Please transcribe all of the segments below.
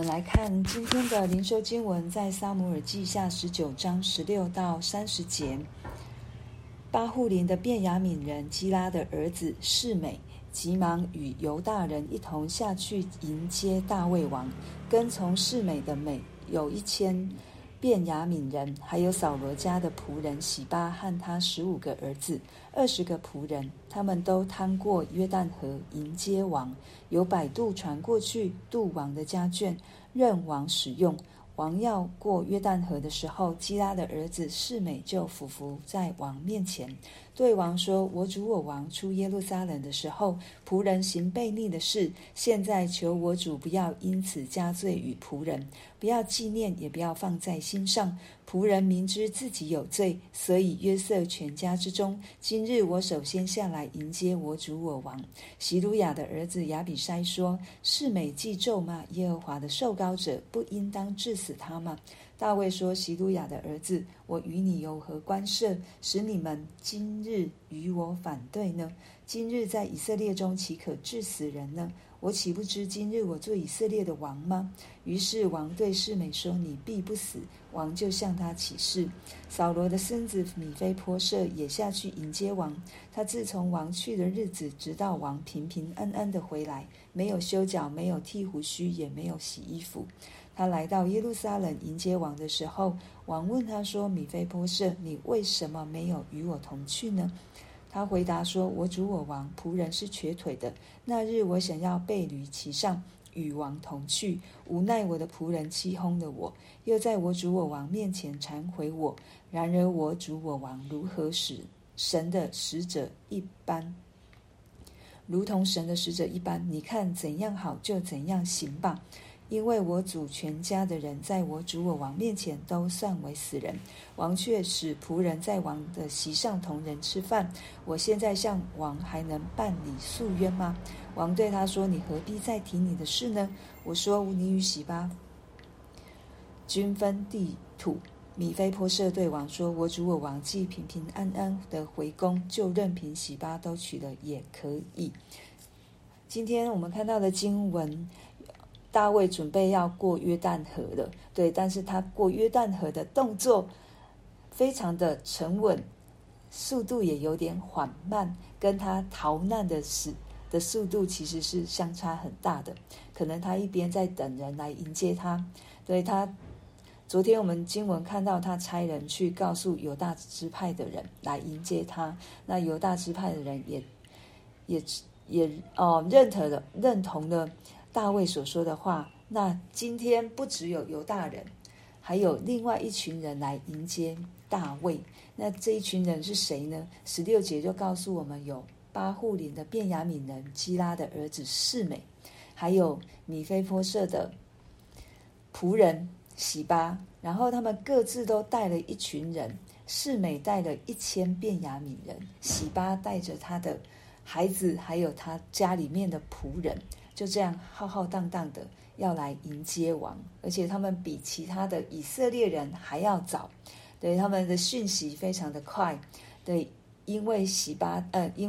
来看今天的灵修经文，在撒母耳记下19章16到30节。巴户琳的便雅悯人基拉的儿子示每急忙与犹大人一同下去迎接大卫王，跟从示每的有1000便雅悯人，还有扫罗家的仆人洗巴和他15个儿子，20个仆人，他们都趟过约旦河迎接王，有摆渡船过去渡王的家眷，任王使用。王要过约旦河的时候，基拉的儿子示每就俯伏在王面前，对王说：我主我王出耶路撒冷的时候，仆人行悖逆的事，现在求我主不要因此加罪与仆人，不要纪念，也不要放在心上。仆人明知自己有罪，所以约瑟全家之中，今日我首先下来迎接我主我王。希鲁雅的儿子亚比筛说：示每既咒骂耶和华的受膏者，不应当治死他吗？大卫说：希鲁雅的儿子，我与你有何关涉，使你们今日与我反对呢？今日在以色列中岂可治死人呢？我岂不知今日我做以色列的王吗？于是王对示每说：你必不死。王就向他起誓。扫罗的孙子米非波设也下去迎接王。他自从王去的日子，直到王平平安安的回来，没有修脚，没有剃胡须，也没有洗衣服。他来到耶路撒冷迎接王的时候，王问他说：米非波设，你为什么没有与我同去呢？他回答说：我主我王，仆人是瘸腿的，那日我想要背驴骑上，与王同去，无奈我的仆人欺哄了我，又在我主我王面前忏悔我。然而我主我王如何使神的使者一般，如同神的使者一般，你看怎样好就怎样行吧。因为我主全家的人在我主我王面前都算为死人，王却使仆人在王的席上同人吃饭。我现在向王还能办理诉冤吗？王对他说：你何必再提你的事呢？我说：你与洗巴均分地土。米非波设对王说：我主我王既平平安安的回宫，就任凭洗巴都娶了也可以。今天我们看到的经文，大卫准备要过约旦河了，对，但是他过约旦河的动作非常的沉稳，速度也有点缓慢，跟他逃难的速度其实是相差很大的。可能他一边在等人来迎接他，对，他昨天我们经文看到他差人去告诉犹大支派的人来迎接他，那犹大支派的人也认同了大卫所说的话。那今天不只有犹大人，还有另外一群人来迎接大卫。那这一群人是谁呢？16节就告诉我们，有巴户琳的便雅悯人基拉的儿子示每，还有米非波设的仆人洗巴，然后他们各自都带了一群人。示每带了1000便雅悯人，洗巴带着他的孩子还有他家里面的仆人，就这样浩浩荡荡的要来迎接王。而且他们比其他的以色列人还要早，对，他们的讯息非常的快，对，因为洗巴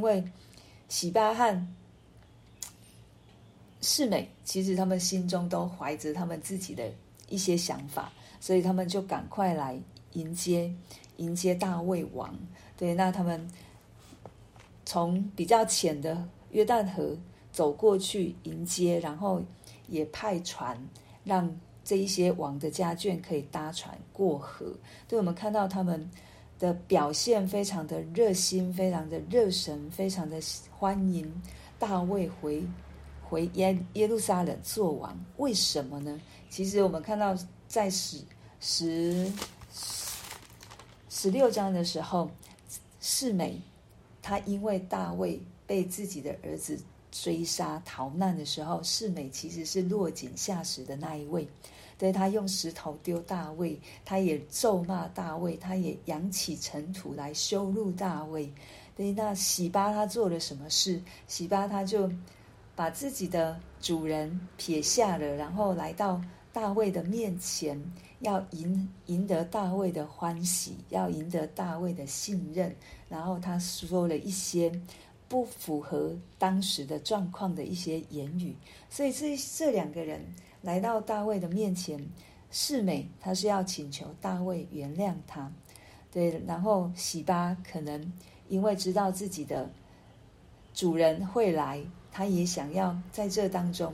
和示每其实他们心中都怀着他们自己的一些想法，所以他们就赶快来迎接大卫王。对，那他们从比较浅的约旦河走过去迎接，然后也派船让这一些王的家眷可以搭船过河。对，我们看到他们的表现非常的热心，非常的热神，非常的欢迎大卫回耶路撒冷做王。为什么呢？其实我们看到在16章的时候，示每他因为大卫被自己的儿子追杀逃难的时候，示每其实是落井下石的那一位。对，他用石头丢大卫，他也咒骂大卫，他也扬起尘土来羞辱大卫。对，那洗巴他做了什么事？洗巴他就把自己的主人撇下了，然后来到大卫的面前，要赢得大卫的欢喜，要赢得大卫的信任。然后他说了一些不符合当时的状况的一些言语。所以这两个人来到大卫的面前，示每他是要请求大卫原谅他，对，然后洗巴可能因为知道自己的主人会来，他也想要在这当中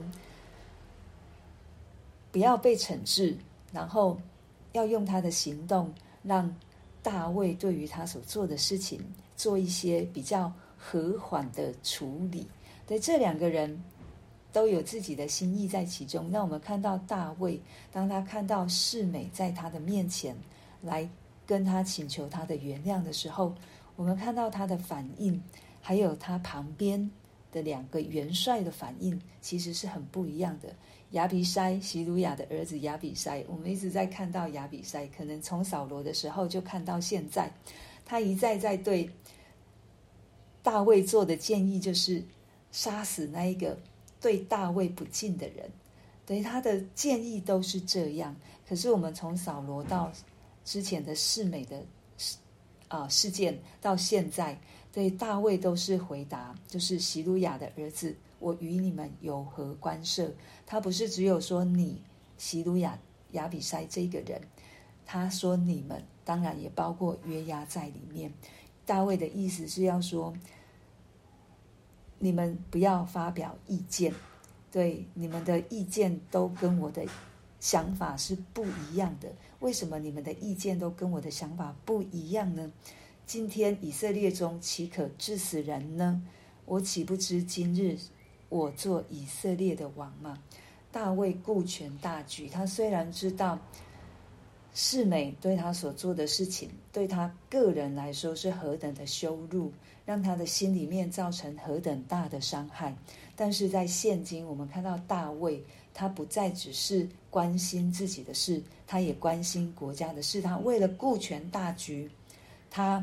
不要被惩治，然后要用他的行动让大卫对于他所做的事情做一些比较和缓的处理。对，这两个人都有自己的心意在其中。那我们看到大卫，当他看到示每在他的面前来跟他请求他的原谅的时候，我们看到他的反应，还有他旁边的两个元帅的反应，其实是很不一样的。亚比筛，希鲁雅的儿子亚比筛，我们一直在看到亚比筛，可能从扫罗的时候就看到现在，他一再在对大卫做的建议就是杀死那一个对大卫不敬的人。对，他的建议都是这样。可是我们从扫罗到之前的示每的事件到现在，对大卫都是回答，就是希鲁雅的儿子，我与你们有何关涉？他不是只有说你希鲁雅亚比筛这个人，他说你们，当然也包括约押在里面。大卫的意思是要说，你们不要发表意见，对，你们的意见都跟我的想法是不一样的。为什么你们的意见都跟我的想法不一样呢？今天以色列中岂可治死人呢？我岂不知今日我做以色列的王吗？大卫顾全大局，他虽然知道示每对他所做的事情对他个人来说是何等的羞辱，让他的心里面造成何等大的伤害，但是在现今我们看到大卫，他不再只是关心自己的事，他也关心国家的事。他为了顾全大局，他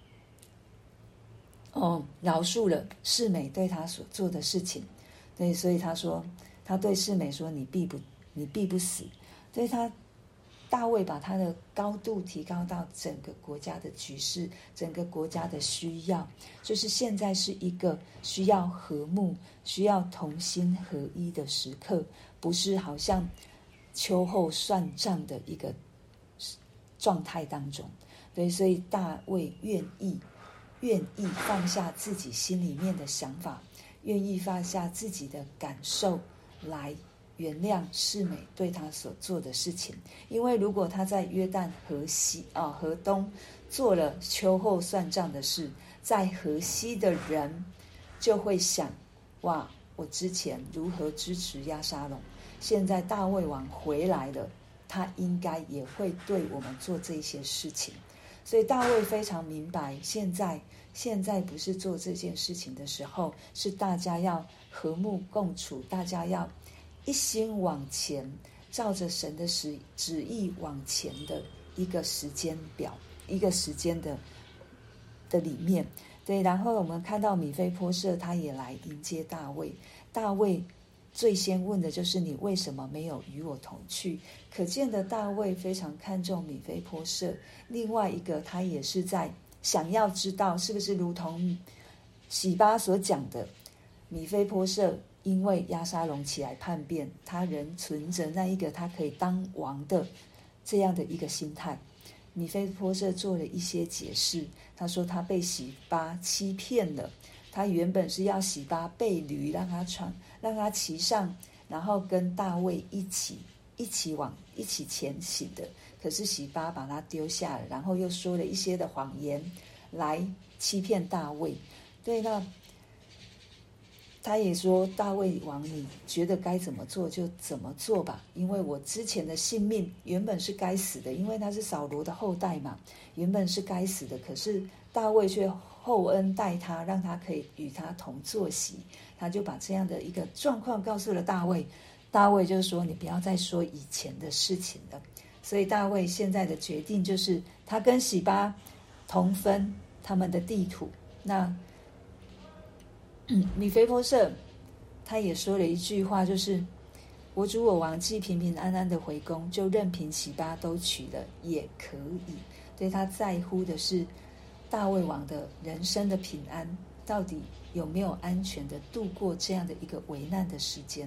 饶恕了示每对他所做的事情。对，所以他说，他对示每说，你必不死。所以大卫把他的高度提高到整个国家的局势，整个国家的需要，就是现在是一个需要和睦、需要同心合一的时刻，不是好像秋后算账的一个状态当中。对，所以大卫愿意放下自己心里面的想法，愿意放下自己的感受来原谅示每对他所做的事情。因为如果他在约旦河东做了秋后算账的事，在河西的人就会想，哇，我之前如何支持押沙龙，现在大卫王回来了，他应该也会对我们做这些事情。所以大卫非常明白，现在不是做这件事情的时候，是大家要和睦共处，大家要一心往前，照着神的旨意往前的一个时间表，一个时间的里面。对，然后我们看到米非波设他也来迎接大卫，大卫最先问的就是你为什么没有与我同去？可见的大卫非常看重米非波设。另外一个，他也是在想要知道是不是如同洗巴所讲的，米非波设因为押沙龙起来叛变，他仍存着那一个他可以当王的这样的一个心态。米非波设做了一些解释，他说他被洗巴欺骗了，他原本是要洗巴备驴让他骑上，然后跟大卫一起前行的，可是洗巴把他丢下了，然后又说了一些的谎言来欺骗大卫。对，那他也说，大卫王，你觉得该怎么做就怎么做吧，因为我之前的性命原本是该死的，因为他是扫罗的后代嘛，原本是该死的，可是大卫却厚恩待他，让他可以与他同坐席。他就把这样的一个状况告诉了大卫，大卫就说，你不要再说以前的事情了。所以大卫现在的决定就是他跟洗巴同分他们的地土。那米非波设他也说了一句话，就是我主我王既平平安安的回宫，就任凭洗巴都取了也可以。对，他在乎的是大卫王的人生的平安，到底有没有安全的度过这样的一个危难的时间。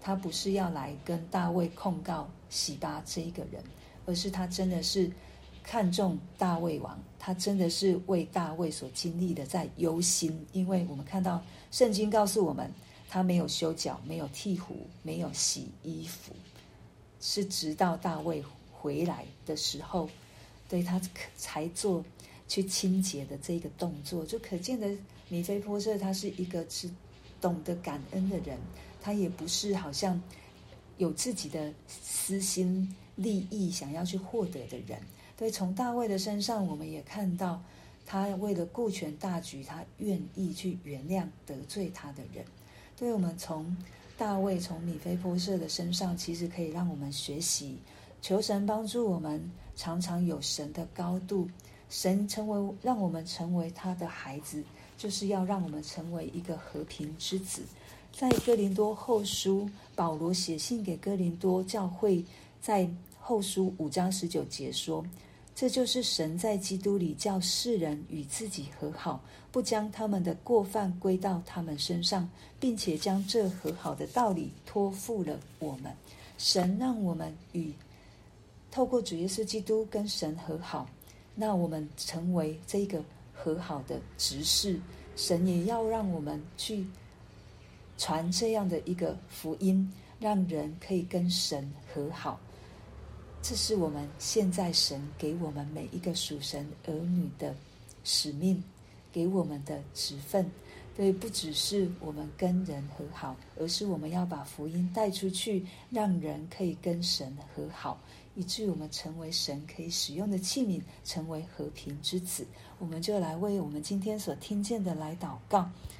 他不是要来跟大卫控告洗巴这一个人，而是他真的是看重大卫王，他真的是为大卫所经历的在忧心。因为我们看到圣经告诉我们，他没有修脚，没有剃胡，没有洗衣服，是直到大卫回来的时候，对他才做去清洁的这个动作。就可见的米非波设他是一个只懂得感恩的人，他也不是好像有自己的私心利益想要去获得的人。对，从大卫的身上我们也看到，他为了顾全大局，他愿意去原谅得罪他的人。对，我们从大卫从米非波设的身上，其实可以让我们学习，求神帮助我们常常有神的高度，神让我们成为他的孩子，就是要让我们成为一个和平之子。在哥林多后书，保罗写信给哥林多教会，在后书5章19节说，这就是神在基督里叫世人与自己和好，不将他们的过犯归到他们身上，并且将这和好的道理托付了我们。神让我们透过主耶稣基督跟神和好，那我们成为这个和好的执事，神也要让我们去传这样的一个福音，让人可以跟神和好。这是我们现在神给我们每一个属神儿女的使命，给我们的职分。对，不只是我们跟人和好，而是我们要把福音带出去，让人可以跟神和好，以至于我们成为神可以使用的器皿，成为和平之子。我们就来为我们今天所听见的来祷告。